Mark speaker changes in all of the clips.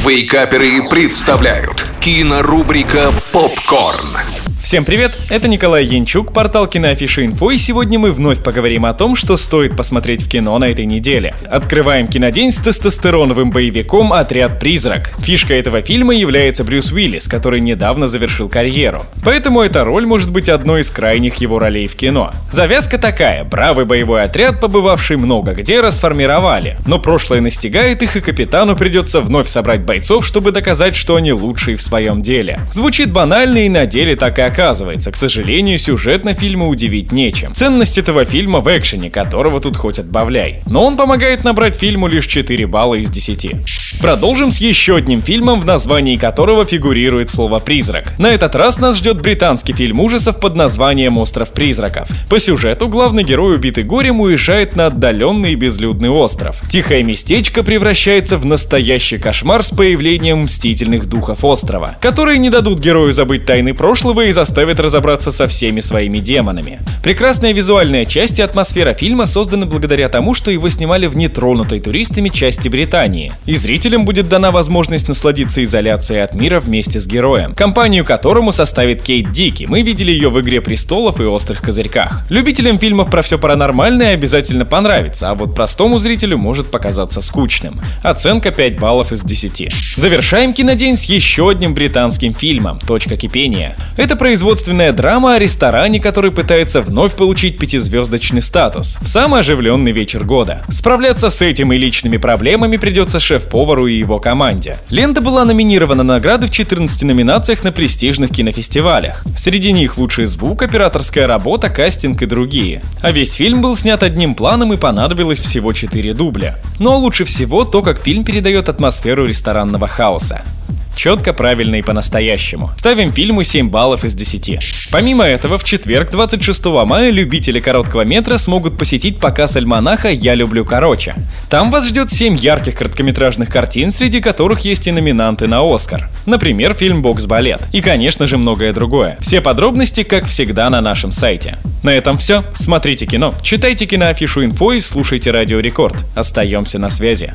Speaker 1: Вейкаперы представляют кинорубрика «Попкорн».
Speaker 2: Всем привет, это Николай Янчук, портал Киноафиша.инфо, и сегодня мы вновь поговорим о том, что стоит посмотреть в кино на этой неделе. Открываем кинодень с тестостероновым боевиком «Отряд Призрак». Фишка этого фильма является Брюс Уиллис, который недавно завершил карьеру. Поэтому эта роль может быть одной из крайних его ролей в кино. Завязка такая: бравый боевой отряд, побывавший много где, расформировали. Но прошлое настигает их, и капитану придется вновь собрать бойцов, чтобы доказать, что они лучшие в своем деле. Звучит банально, и на деле так и оказывается. К сожалению, сюжетно фильма удивить нечем. Ценность этого фильма в экшене, которого тут хоть отбавляй. Но он помогает набрать фильму лишь 4 балла из 10. Продолжим с еще одним фильмом, в названии которого фигурирует слово «призрак». На этот раз нас ждет британский фильм ужасов под названием «Остров призраков». По сюжету главный герой, убитый горем, уезжает на отдаленный и безлюдный остров. Тихое местечко превращается в настоящий кошмар с появлением мстительных духов острова, которые не дадут герою забыть тайны прошлого и заставят разобраться со всеми своими демонами. Прекрасная визуальная часть и атмосфера фильма созданы благодаря тому, что его снимали в нетронутой туристами части Британии, и зрителям будет дана возможность насладиться изоляцией от мира вместе с героем, компанию которому составит Кейт Дики. Мы видели ее в «Игре престолов» и «Острых козырьках». Любителям фильмов про все паранормальное обязательно понравится, а вот простому зрителю может показаться скучным. Оценка 5 баллов из 10. Завершаем кинодень с еще одним британским фильмом «Точка кипения». Это производственная драма о ресторане, который пытается вновь получить 5-звездочный статус в самый оживленный вечер года. Справляться с этим и личными проблемами придется шеф-повару и его команде. Лента была номинирована на награды в 14 номинациях на престижных кинофестивалях. Среди них лучший звук, операторская работа, кастинг и другие. А весь фильм был снят одним планом, и понадобилось всего 4 дубля. Но лучше всего то, как фильм передает атмосферу ресторанного хаоса. Четко, правильно и по-настоящему. Ставим фильму 7 баллов из 10. Помимо этого, в четверг, 26 мая, любители короткого метра смогут посетить показ альманаха «Я люблю короче». Там вас ждет 7 ярких короткометражных картин, среди которых есть и номинанты на Оскар. Например, фильм «Бокс-балет». И, конечно же, многое другое. Все подробности, как всегда, на нашем сайте. На этом все. Смотрите кино, читайте Киноафишу.инфо и слушайте Радио Рекорд. Остаемся на связи.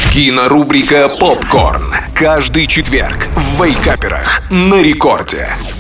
Speaker 1: Кинорубрика «Попкорн». Каждый четверг в Вейкаперах на Рекорде.